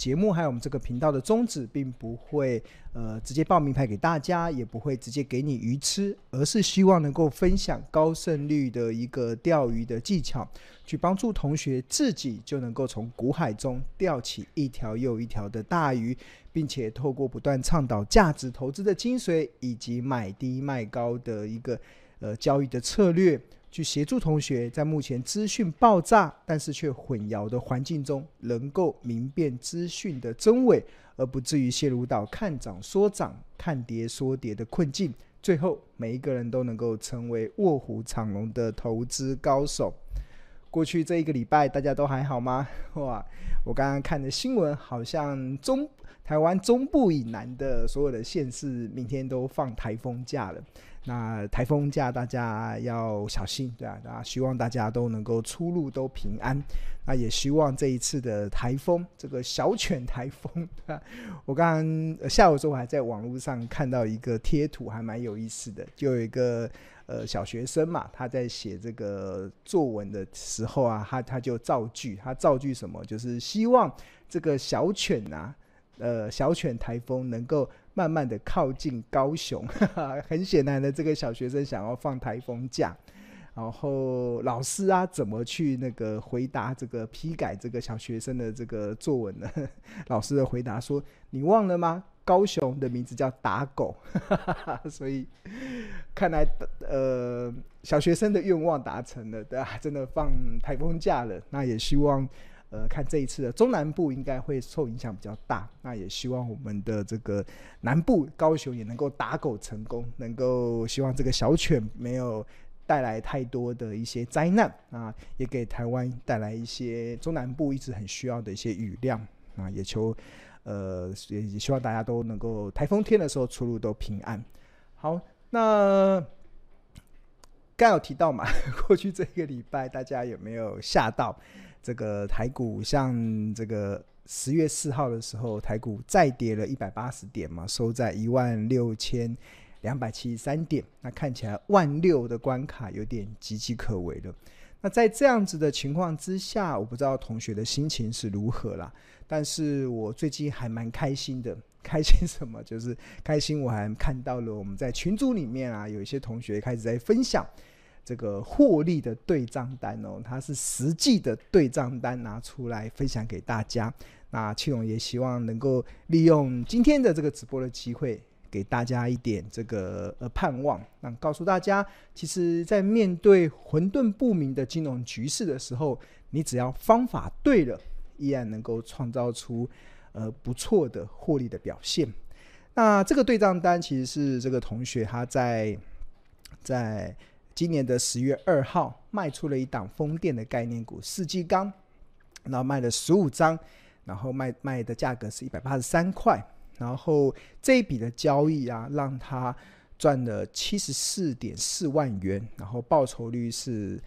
节目还有我们这个频道的宗旨并不会直接报名牌给大家，也不会直接给你鱼吃，而是希望能够分享高胜率的一个钓鱼的技巧，去帮助同学自己就能够从股海中钓起一条又一条的大鱼，并且透过不断倡导价值投资的精髓，以及买低卖高的一个交易的策略，去协助同学在目前资讯爆炸但是却混淆的环境中，能够明辨资讯的真伪，而不至于陷入到看涨说涨看跌说跌的困境，最后每一个人都能够成为卧虎藏龙的投资高手。过去这一个礼拜大家都还好吗？哇，我刚刚看的新闻好像台湾中部以南的所有的县市明天都放台风假了，那台风假大家要小心，对啊，希望大家都能够出入都平安。那也希望这一次的台风，这个小犬台风，对啊，我刚刚下午的时候还在网络上看到一个贴图，还蛮有意思的，就有一个小学生嘛，他在写这个作文的时候啊，他就造句，他造句什么，就是希望这个小犬啊，小犬台风能够慢慢的靠近高雄很显然的，这个小学生想要放台风假，然后老师啊怎么去那个回答这个批改这个小学生的这个作文呢？老师的回答说，你忘了吗？高雄的名字叫打狗所以看来小学生的愿望达成了，对啊，真的放台风假了。那也希望看这一次的中南部应该会受影响比较大，那也希望我们的这个南部高雄也能够打狗成功，能够希望这个小犬没有带来太多的一些灾难啊，也给台湾带来一些中南部一直很需要的一些雨量啊，也希望大家都能够台风天的时候出入都平安。好，那刚有提到嘛，过去这个礼拜大家有没有吓到？这个台股像这个10月4号的时候，台股再跌了180点嘛，收在16273点，那看起来16000的关卡有点岌岌可危了。那在这样子的情况之下，我不知道同学的心情是如何啦，但是我最近还蛮开心的。开心什么？就是开心我还看到了我们在群组里面啊，有一些同学开始在分享这个获利的对账单哦，它是实际的对账单拿出来分享给大家。那庆荣也希望能够利用今天的这个直播的机会，给大家一点这个盼望，那告诉大家，其实在面对混沌不明的金融局势的时候，你只要方法对了，依然能够创造出不错的获利的表现。那这个对账单其实是这个同学他在今年的10月2号卖出了一档风电的概念股世纪钢，然后卖了15张，然后卖的价格是183块，然后这一笔的交易啊，让他赚了74.4万元，然后报酬率是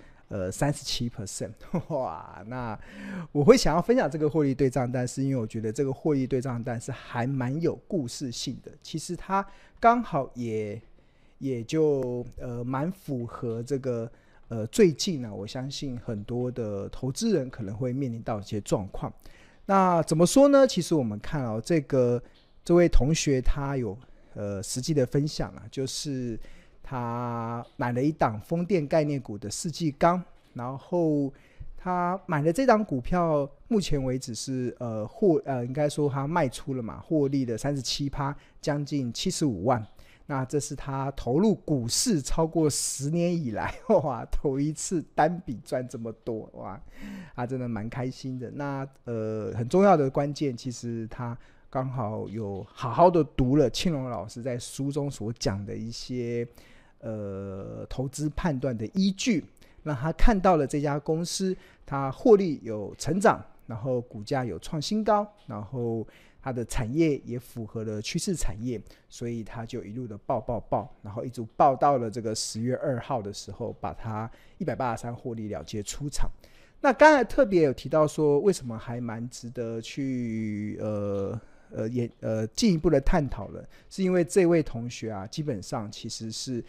37%。哇，那我会想要分享这个获利对账单，是因为我觉得这个获利对账单是还蛮有故事性的。其实它刚好也就蛮符合这个最近呢，我相信很多的投资人可能会面临到一些状况。那怎么说呢？其实我们看哦，这位同学他有实际的分享啊，就是他买了一档风电概念股的世纪钢，然后他买的这档股票目前为止是应该说他卖出了嘛，获利了 37%， 将近75万。那这是他投入股市超过10年以来，哇，头一次单笔赚这么多，哇，他真的蛮开心的。那很重要的关键，其实他刚好有好好的读了庆荣老师在书中所讲的一些投资判断的依据，让他看到了这家公司它获利有成长，然后股价有创新高，然后它的产业也符合了趋势产业，所以他就一路的报，然后一直报到了这个10月2号的时候，把它183获利了结出场。那刚才特别有提到说，为什么还蛮值得去进一步的探讨了，是因为这位同学啊，基本上其实是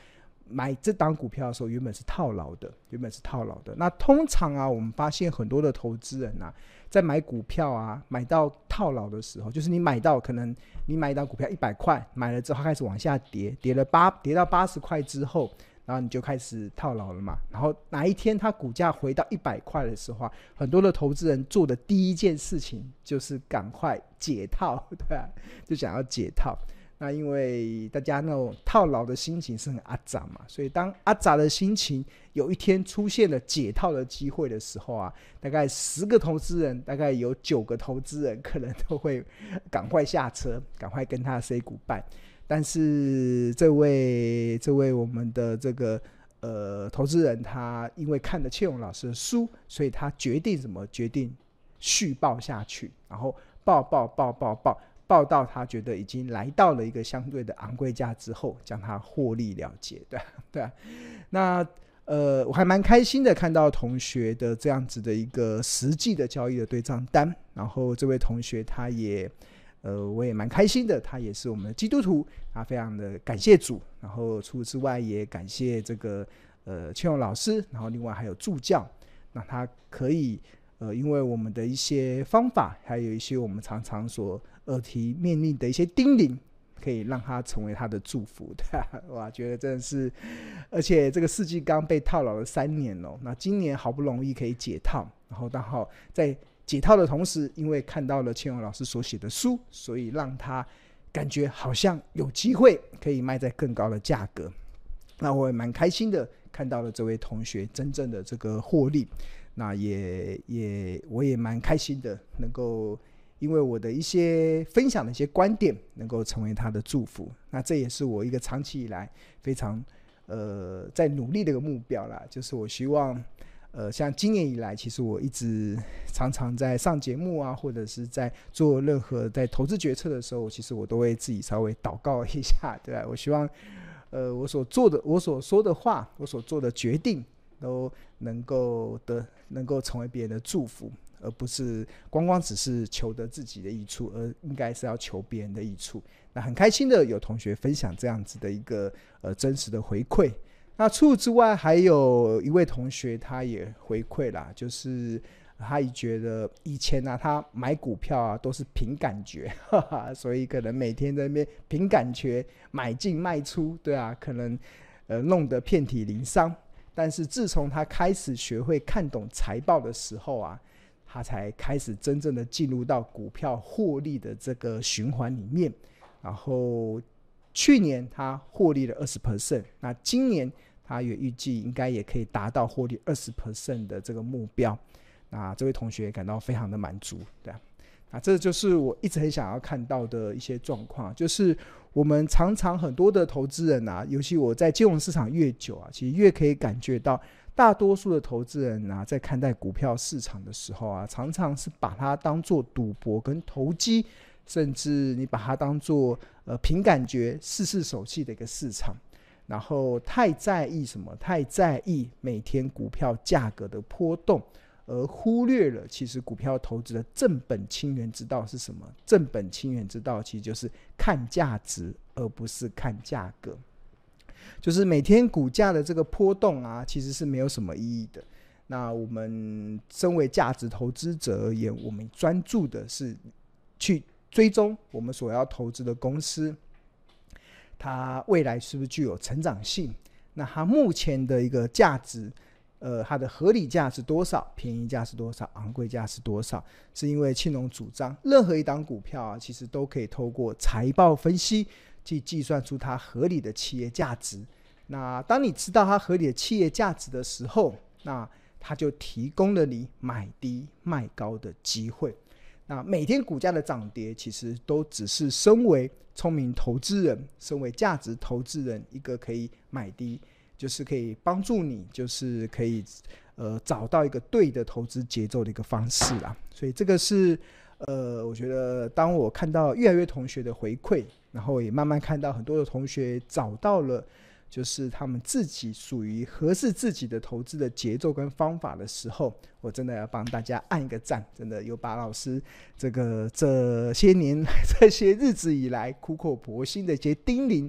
买这档股票的时候原本是套牢的。那通常啊，我们发现很多的投资人啊，在买股票啊，买到套牢的时候，就是你买到可能你买一档股票100块，买了之后开始往下跌，跌到80块之后，然后你就开始套牢了嘛。然后哪一天它股价回到100块的时候啊，很多的投资人做的第一件事情就是赶快解套，对啊，就想要解套。那因为大家那种套牢的心情是很阿杂嘛，所以当阿杂的心情有一天出现了解套的机会的时候啊，大概10个投资人，大概有9个投资人可能都会赶快下车，赶快跟他 say goodbye。但是这位我们的这个投资人，他因为看了切勇老师的书，所以他决定续报下去，然后报到他觉得已经来到了一个相对的昂贵价之后，将它获利了结，对啊。那我还蛮开心的看到同学的这样子的一个实际的交易的对账单，然后这位同学他也我也蛮开心的，他也是我们的基督徒，他非常的感谢主，然后除此之外也感谢这个切勇老师，然后另外还有助教，那他可以因为我们的一些方法，还有一些我们常常所耳提面命的一些叮咛，可以让他成为他的祝福，对啊，哇，觉得真的是，而且这个世纪刚被套牢了3年了，那今年好不容易可以解套，然后刚好在解套的同时，因为看到了千勇老师所写的书，所以让他感觉好像有机会可以卖在更高的价格。那我也蛮开心的看到了这位同学真正的这个获利，那我也蛮开心的能够因为我的一些分享的一些观点能够成为他的祝福。那这也是我一个长期以来非常在努力的一个目标啦，就是我希望像今年以来，其实我一直常常在上节目啊，或者是在做任何在投资决策的时候，其实我都会自己稍微祷告一下，对吧？我希望我所说的话，我所做的决定都能够成为别人的祝福，而不是光光只是求得自己的益处，而应该是要求别人的益处。那很开心的有同学分享这样子的一个真实的回馈。那除此之外，还有一位同学他也回馈啦，就是他也觉得以前啊，他买股票啊都是凭感觉，所以可能每天在那边凭感觉买进卖出，对啊，可能弄得遍体鳞伤。但是自从他开始学会看懂财报的时候啊，他才开始真正的进入到股票获利的这个循环里面。然后去年他获利了 20%， 那今年他也预计应该也可以达到获利 20% 的这个目标。那这位同学感到非常的满足，对啊。那这就是我一直很想要看到的一些状况，就是我们常常很多的投资人啊，尤其我在金融市场越久啊，其实越可以感觉到大多数的投资人啊，在看待股票市场的时候啊，常常是把它当作赌博跟投机，甚至你把它当作凭感觉试试手气的一个市场，然后太在意什么？太在意每天股票价格的波动，而忽略了其实股票投资的正本清源之道是什么？正本清源之道其实就是看价值，而不是看价格。就是每天股价的这个波动啊，其实是没有什么意义的。那我们身为价值投资者而言，我们专注的是去追踪我们所要投资的公司，它未来是不是具有成长性？那它目前的一个价值，它的合理价是多少？便宜价是多少？昂贵价是多少？是因为庆隆主张，任何一档股票啊，其实都可以透过财报分析去计算出它合理的企业价值。那当你知道它合理的企业价值的时候，那它就提供了你买低卖高的机会。那每天股价的涨跌其实都只是身为聪明投资人，身为价值投资人一个可以买低，就是可以帮助你，就是可以找到一个对的投资节奏的一个方式啦。所以这个是我觉得当我看到越来越同学的回馈，然后也慢慢看到很多的同学找到了就是他们自己属于合适自己的投资的节奏跟方法的时候，我真的要帮大家按一个赞，真的有把老师这些日子以来苦口婆心的一些叮咛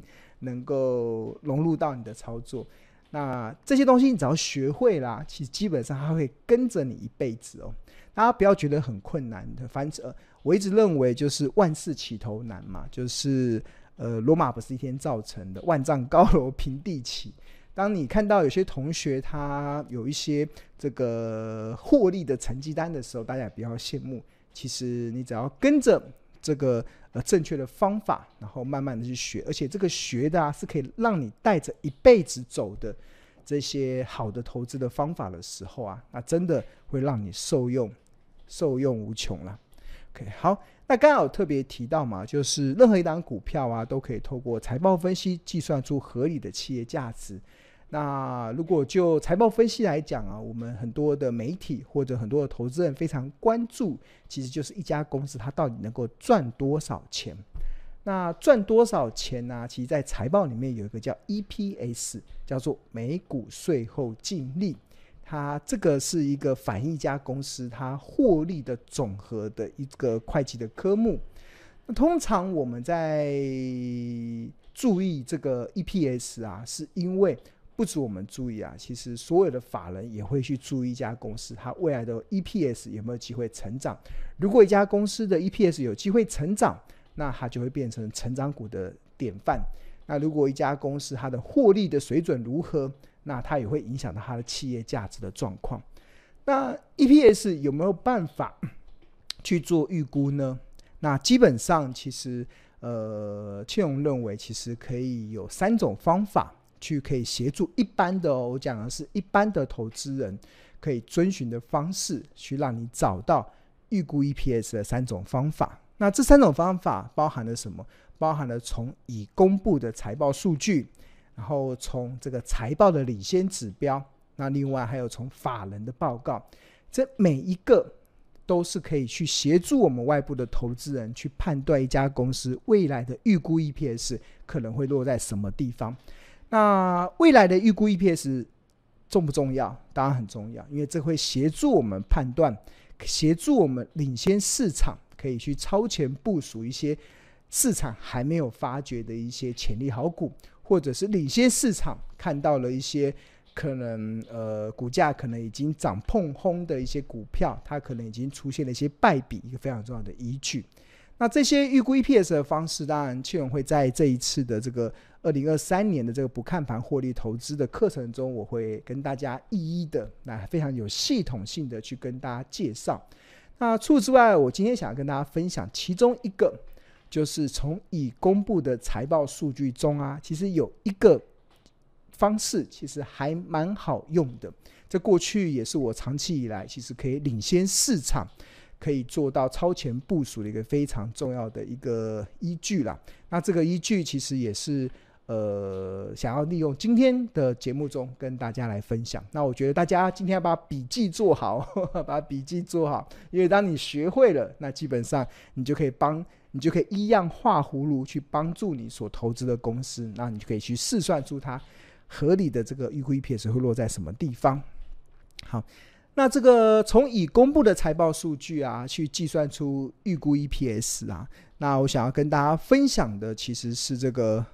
能够融入到你的操作。那这些东西你只要学会啦，其实基本上它会跟着你一辈子哦。大家不要觉得很困难的，反正我一直认为就是万事起头难嘛，就是罗马不是一天造成的，万丈高楼平地起。当你看到有些同学他有一些这个获利的成绩单的时候，大家也不要羡慕，其实你只要跟着这个正确的方法，然后慢慢的去学，而且这个学的是可以让你带着一辈子走的这些好的投资的方法的时候那真的会让你受用无穷啦。OK， 好，那刚刚有特别提到嘛，就是任何一档股票都可以透过财报分析计算出合理的企业价值。那如果就财报分析来讲我们很多的媒体或者很多的投资人非常关注，其实就是一家公司它到底能够赚多少钱。那赚多少钱其实在财报里面有一个叫 EPS， 叫做每股税后净利。它这个是一个反映一家公司它获利的总和的一个会计的科目。那通常我们在注意这个 EPS 是因为不止我们注意其实所有的法人也会去注意一家公司它未来的 EPS 有没有机会成长。如果一家公司的 EPS 有机会成长，那它就会变成成长股的典范。那如果一家公司它的获利的水准如何，那它也会影响到它的企业价值的状况。那 EPS 有没有办法去做预估呢？那基本上其实庆荣认为其实可以有3种方法去可以协助一般的我讲的是一般的投资人可以遵循的方式，去让你找到预估 EPS 的3种方法。那这3种方法包含了什么？包含了从已公布的财报数据，然后从这个财报的领先指标，那另外还有从法人的报告，这每一个都是可以去协助我们外部的投资人去判断一家公司未来的预估 EPS 可能会落在什么地方。那未来的预估 EPS 重不重要？当然很重要，因为这会协助我们判断，协助我们领先市场，可以去超前部署一些市场还没有发掘的一些潜力好股，或者是领先市场看到了一些可能股价可能已经涨碰轰的一些股票，它可能已经出现了一些败笔，一个非常重要的依据。那这些预估 EPS 的方式，当然庆荣会在这一次的这个2023年的这个不看盘获利投资的课程中，我会跟大家一一的非常有系统性的去跟大家介绍。那除此之外，我今天想要跟大家分享其中一个，就是从已公布的财报数据中其实有一个方式其实还蛮好用的，这过去也是我长期以来其实可以领先市场，可以做到超前部署的一个非常重要的一个依据啦。那这个依据其实也是想要利用今天的节目中跟大家来分享。那我觉得大家今天要把笔记做好把笔记做好，因为当你学会了，那基本上你就可以依样画葫芦去帮助你所投资的公司，那你就可以去试算出它合理的这个预估 EPS 会落在什么地方。好，那这个从已公布的财报数据去计算出预估 EPS 那我想要跟大家分享的其实是这个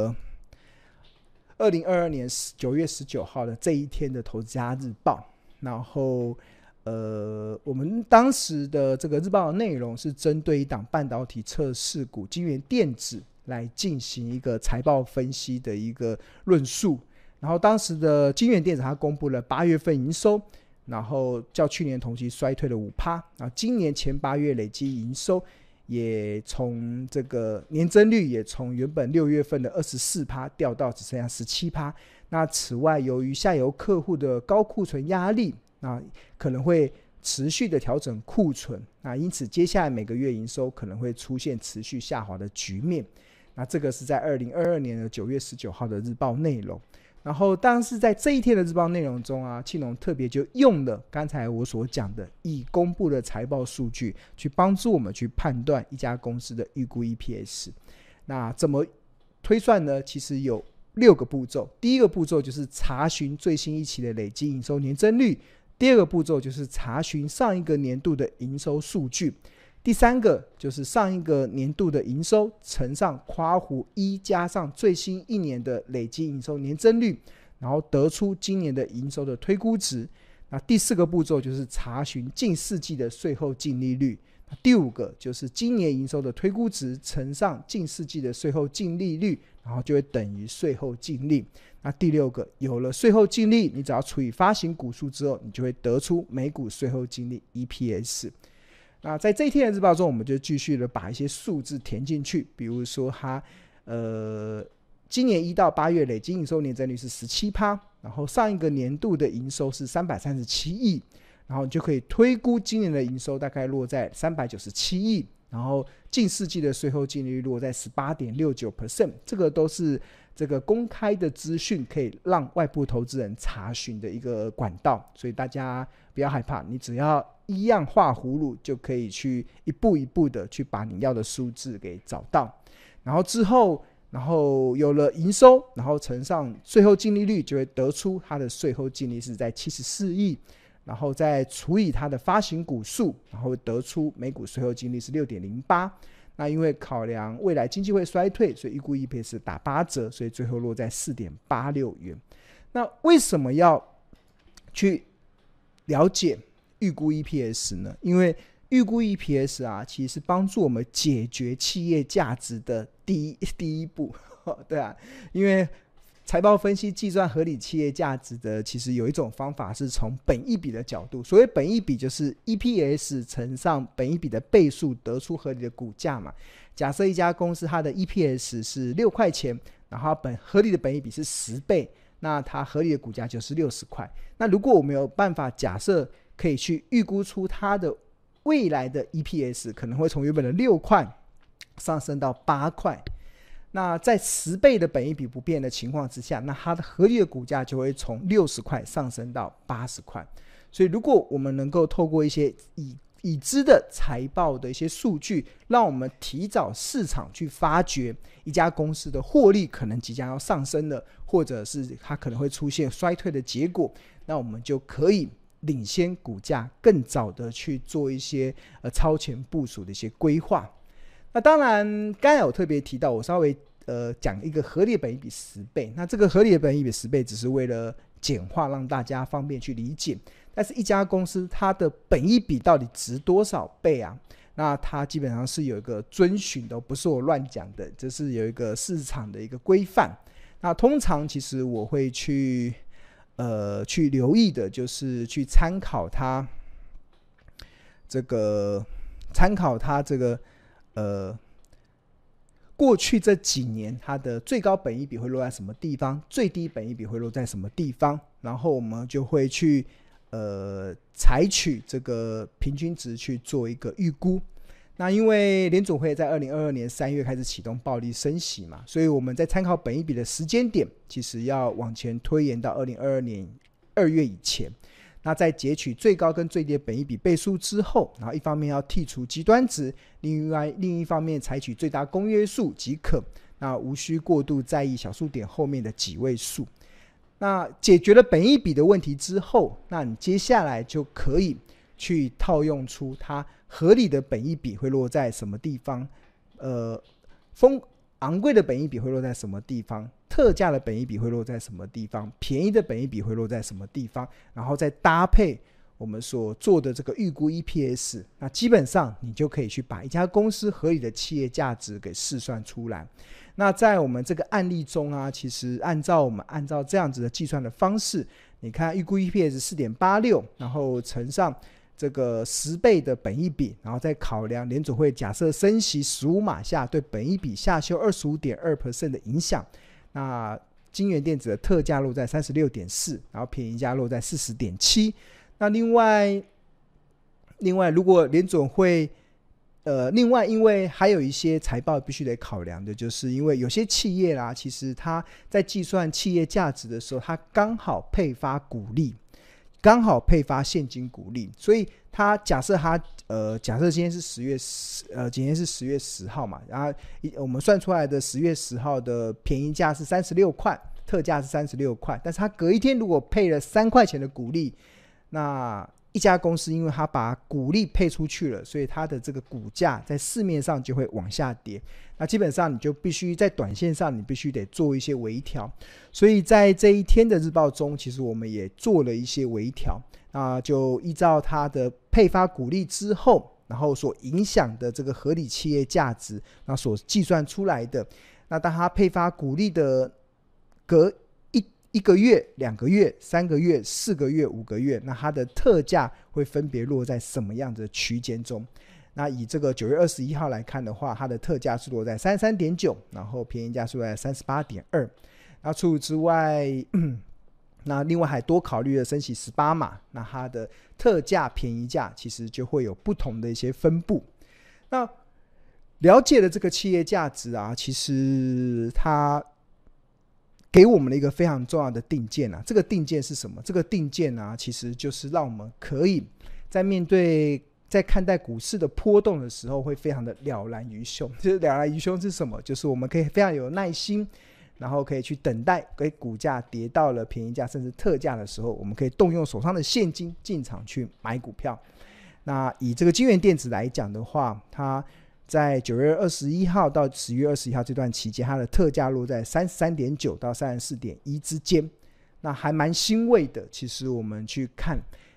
2022年9月19号的这一天的投资家日报。然后我们当时的这个日报的内容是针对一档半导体测试股晶圆电子来进行一个财报分析的一个论述。然后当时的晶圆电子它公布了8月份营收，然后较去年同期衰退了 5%， 然后今年前8月累积营收也从这个年增率也从原本6月份的 24% 掉到只剩下 17%。 那此外由于下游客户的高库存压力，那可能会持续的调整库存，那因此接下来每个月营收可能会出现持续下滑的局面。那这个是在2022年的9月19号的日报内容。然后当时在这一天的日报内容中庆荣特别就用了刚才我所讲的已公布的财报数据去帮助我们去判断一家公司的预估 EPS。 那怎么推算呢？其实有6个步骤。第一个步骤就是查询最新一期的累积营收年增率，第二个步骤就是查询上一个年度的营收数据， 第三个就是上一个年度的营收乘上括弧1加上最新一年的累积营收年增率，然后得出今年的营收的推估值。那第4个步骤就是查询近4季的税后净利率。第5个就是今年营收的推估值乘上近4季的税后净利率，然后就会等于税后净利。那第6个，有了税后净利，你只要除以发行股数之后，你就会得出每股税后净利 EPS。那在这一天的日报中，我们就继续的把一些数字填进去，比如说它今年1到8月累积营收年增率是 17%， 然后上一个年度的营收是337亿，然后你就可以推估今年的营收大概落在397亿，然后近4季的税后净利率落在 18.69%， 这个都是这个公开的资讯，可以让外部投资人查询的一个管道，所以大家不要害怕，你只要一样画葫芦就可以去一步一步的去把你要的数字给找到。然后之后有了营收，然后乘上税后净利率，就会得出它的税后净利是在74亿，然后再除以它的发行股数，然后得出每股税后净利是 6.08。 那因为考量未来经济会衰退，所以预估 EPS 打8折，所以最后落在 4.86 元。那为什么要去了解预估 EPS 呢？因为预估 EPS 啊，其实是帮助我们解决企业价值的第一步对啊，因为财报分析计算合理企业价值的，其实有一种方法是从本益比的角度，所谓本益比就是 EPS 乘上本益比的倍数得出合理的股价嘛。假设一家公司它的 EPS 是6块钱，然后合理的本益比是10倍，那它合理的股价就是60块。那如果我们有办法假设可以去预估出它的未来的 EPS 可能会从原本的6块上升到8块，那在10倍的本益比不变的情况之下，那它的合理的股价就会从60块上升到80块。所以如果我们能够透过一些已知的财报的一些数据，让我们提早市场去发掘一家公司的获利可能即将要上升了，或者是它可能会出现衰退的结果，那我们就可以领先股价更早的去做一些超前部署的一些规划。那当然刚才有特别提到，我稍微讲一个合理的本益比10倍，那这个合理的本益比10倍只是为了简化让大家方便去理解，但是一家公司它的本益比到底值多少倍啊？那它基本上是有一个遵循的，不是我乱讲的，这是有一个市场的一个规范。那通常其实我会去留意的就是去参考它这个过去这几年它的最高本益比会落在什么地方，最低本益比会落在什么地方，然后我们就会去采取这个平均值去做一个预估。那因为联准会在2022年3月开始启动暴力升息嘛，所以我们在参考本益比的时间点其实要往前推延到2022年2月以前。那在截取最高跟最低的本益比倍数之后，然后一方面要剔除极端值，另一方面采取最大公约数即可，那无需过度在意小数点后面的几位数。那解决了本益比的问题之后，那你接下来就可以去套用出它合理的本益比会落在什么地方，昂贵的本益比会落在什么地方，特价的本益比会落在什么地方，便宜的本益比会落在什么地方，然后再搭配我们所做的这个预估 EPS， 那基本上你就可以去把一家公司合理的企业价值给试算出来。那在我们这个案例中啊，其实我们按照这样子的计算的方式，你看预估 EPS 4.86， 然后乘上这个10倍的本益比，然后再考量联准会假设升息15码下对本益比下修 25.2% 的影响，那晶圆电子的特价落在 36.4， 然后便宜价落在 40.7。 那另外如果联准会另外因为还有一些财报必须得考量的，就是因为有些企业啦，其实它在计算企业价值的时候，它刚好配发股利，刚好配发现金股利，所以他假设今天是10月10号嘛，然后我们算出来的10月10号的便宜价是36块，特价是36块，但是他隔一天如果配了3块钱的股利，那一家公司因为它把股利配出去了，所以它的这个股价在市面上就会往下跌，那基本上你就必须在短线上你必须得做一些微调，所以在这一天的日报中其实我们也做了一些微调，那就依照它的配发股利之后然后所影响的这个合理企业价值，那所计算出来的，那当它配发股利的隔一个月、2个月、3个月、4个月、5个月，那它的特价会分别落在什么样的区间中？那以这个9月21号来看的话，它的特价是落在 33.9， 然后便宜价是落在 38.2。 那除此之外那另外还多考虑了升息18码，那它的特价便宜价其实就会有不同的一些分布。那了解了这个企业价值啊，其实它给我们的一个非常重要的定见啊，这个定见是什么？这个定见啊，其实就是让我们可以在看待股市的波动的时候会非常的了然于胸。就是了然于胸是什么？就是我们可以非常有耐心，然后可以去等待给股价跌到了便宜价甚至特价的时候，我们可以动用手上的现金进场去买股票。那以这个金源电子来讲的话，它在9月21号到10月21号这段期间，它的特价落在 33.9 到 34.1 之间，那还蛮欣慰的。其实我们去看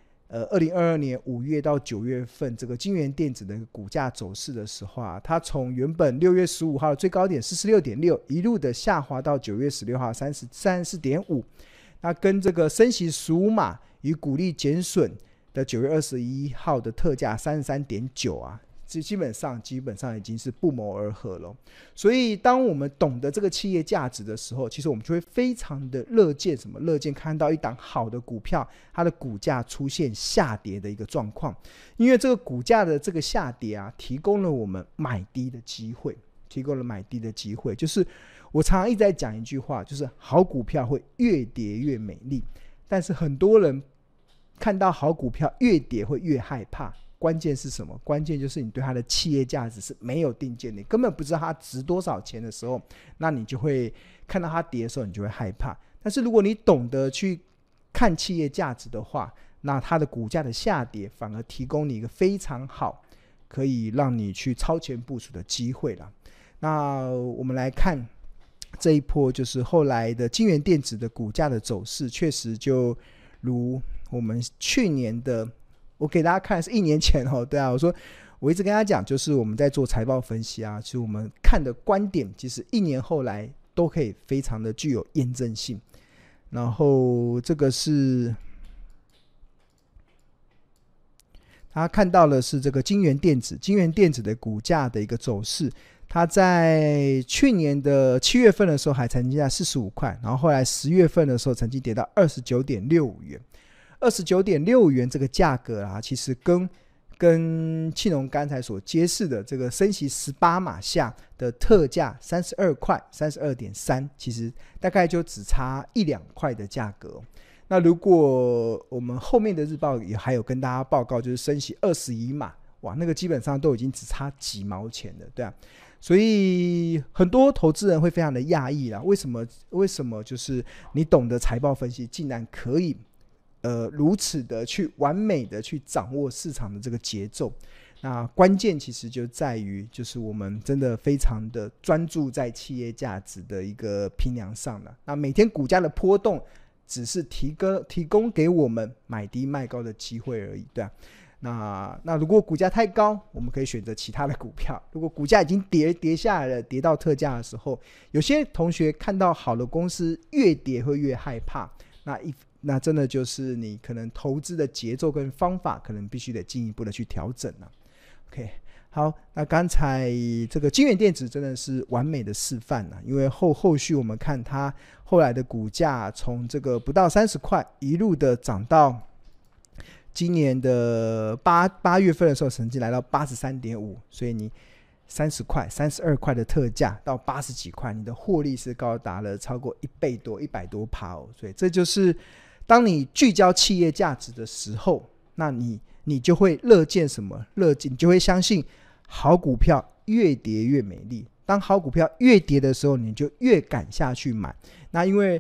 2022年5月到9月份这个金源电子的股价走势的时候啊，它从原本6月15号的最高点 46.6 一路的下滑到9月16号 34.5， 那跟这个升息15码与股利减损的9月21号的特价 33.9 啊，基本上已经是不谋而合了。所以当我们懂得这个企业价值的时候，其实我们就会非常的乐见看到一档好的股票它的股价出现下跌的一个状况，因为这个股价的这个下跌啊，提供了我们买低的机会。就是我常常一直在讲一句话，就是好股票会越跌越美丽，但是很多人看到好股票越跌会越害怕。关键是什么？关键就是你对它的企业价值是没有定见的，你根本不知道它值多少钱的时候，那你就会看到它跌的时候你就会害怕。但是如果你懂得去看企业价值的话，那它的股价的下跌反而提供你一个非常好可以让你去超前部署的机会了。那我们来看这一波就是后来的金源电子的股价的走势，确实就如我们去年的，我给大家看的是1年前对啊，我一直跟大家讲，就是我们在做财报分析啊，其实我们看的观点其实1年后来都可以非常的具有验证性。然后这个是他看到的是这个金源电子的股价的一个走势，它在去年的7月份的时候还曾经在45块，然后后来10月份的时候曾经跌到 29.65 元。29.65 元这个价格啊，其实跟庆隆刚才所揭示的这个升息18码下的特价32块 32.3， 其实大概就只差1-2块的价格。那如果我们后面的日报也还有跟大家报告，就是升息21码，哇，那个基本上都已经只差几毛钱了，对啊。所以很多投资人会非常的讶异啦，为什么就是你懂得财报分析，竟然可以如此的去完美的去掌握市场的这个节奏。那关键其实就在于，就是我们真的非常的专注在企业价值的一个评量上了。那每天股价的波动只是提供给我们买低卖高的机会而已，对啊。那如果股价太高，我们可以选择其他的股票。如果股价已经跌下来了，跌到特价的时候，有些同学看到好的公司越跌会越害怕，那真的就是你可能投资的节奏跟方法可能必须得进一步的去调整了。OK， 好，那刚才这个金源电子真的是完美的示范了，因为后续我们看它后来的股价从这个不到30块一路的涨到今年的8月份的时候曾经来到 83.5， 所以你30块32块的特价到80几块，你的获利是高达了超过1倍多100多%，所以这就是当你聚焦企业价值的时候，那你就会乐见什么？你就会相信好股票越跌越美丽。当好股票越跌的时候，你就越敢下去买。那因为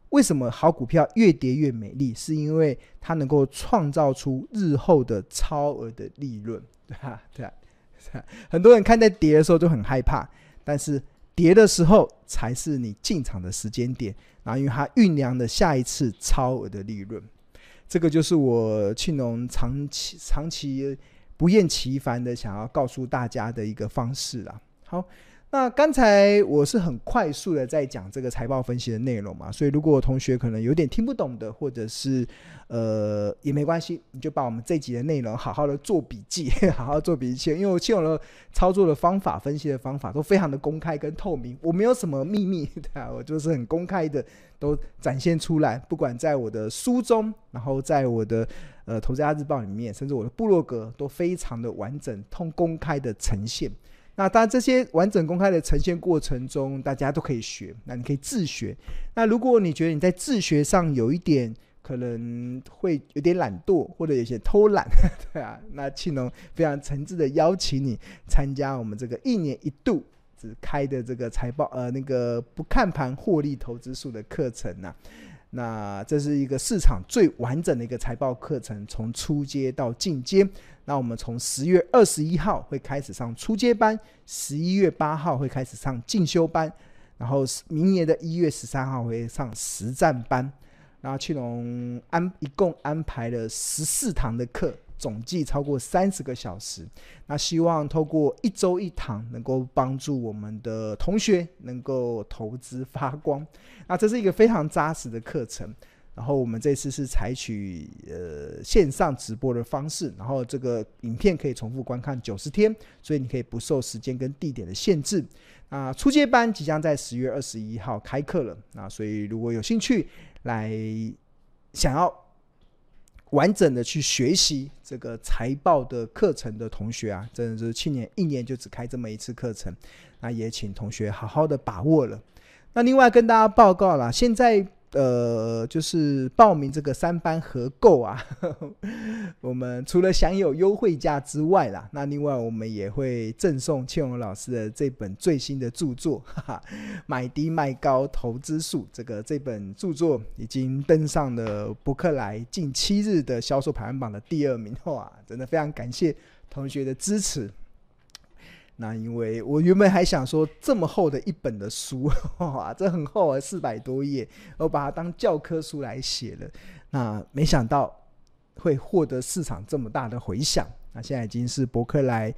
为什么好股票越跌越美丽？是因为它能够创造出日后的超额的利润，对吧？对啊，很多人看在跌的时候就很害怕，但是跌的时候才是你进场的时间点，然后因为它酝酿的下一次超额的利润，这个就是我庆农长期不厌其烦的想要告诉大家的一个方式啦。好，那刚才我是很快速的在讲这个财报分析的内容嘛，所以如果同学可能有点听不懂的，或者是也没关系，你就把我们这集的内容好好的做笔记，好好做笔记，因为我庆荣的操作的方法、分析的方法都非常的公开跟透明，我没有什么秘密，对啊，我就是很公开的都展现出来，不管在我的书中，然后在我的投资家日报里面，甚至我的部落格都非常的完整、公开的呈现。那当然这些完整公开的呈现过程中大家都可以学，那你可以自学。那如果你觉得你在自学上有一点可能会有点懒惰或者有些偷懒对啊，那庆农非常诚挚的邀请你参加我们这个1年1度只开的这个财报那个不看盘获利投资术的课程啊。那这是一个市场最完整的一个财报课程，从初阶到进阶。那我们从10月21号会开始上初阶班，11月8号会开始上进修班，然后明年的1月13号会上实战班。然后庆农一共安排了14堂的课，总计超过30个小时。那希望透过1周1堂能够帮助我们的同学能够投资发光。那这是一个非常扎实的课程，然后我们这次是采取线上直播的方式，然后这个影片可以重复观看90天，所以你可以不受时间跟地点的限制。初阶班即将在10月21号开课了，那所以如果有兴趣来想要完整的去学习这个财报的课程的同学啊，真的是去年1年就只开这么一次课程，那也请同学好好的把握了。那另外跟大家报告啦，现在就是报名这个3班合购啊我们除了享有优惠价之外啦，那另外我们也会赠送庆荣老师的这本最新的著作买低卖高投资术。这本著作已经登上了博客来近7日的销售排行榜的第2名，哇，真的非常感谢同学的支持。那因为我原本还想说这么厚的一本的书哇，这很厚啊，400多页，我把它当教科书来写了，那没想到会获得市场这么大的回响。那现在已经是博客来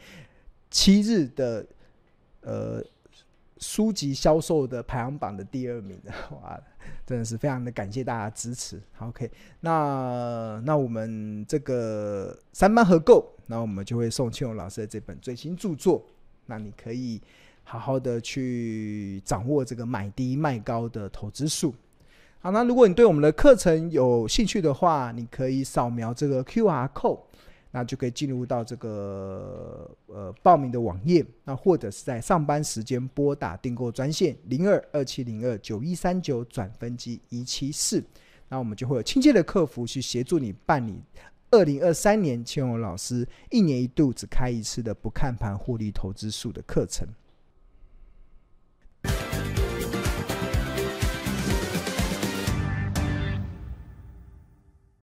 7日的书籍销售的排行榜的第2名，哇，真的是非常的感谢大家支持。OK， 那我们这个3班合购，那我们就会送庆荣老师的这本最新著作，那你可以好好的去掌握这个买低卖高的投资术。好，那如果你对我们的课程有兴趣的话，你可以扫描这个 QR code， 那就可以进入到这个报名的网页，那或者是在上班时间拨打订购专线0227029139/174，那我们就会有亲切的客服去协助你办理2023年庆荣老师1年1度只开一次的不看盘获利投资术的课程。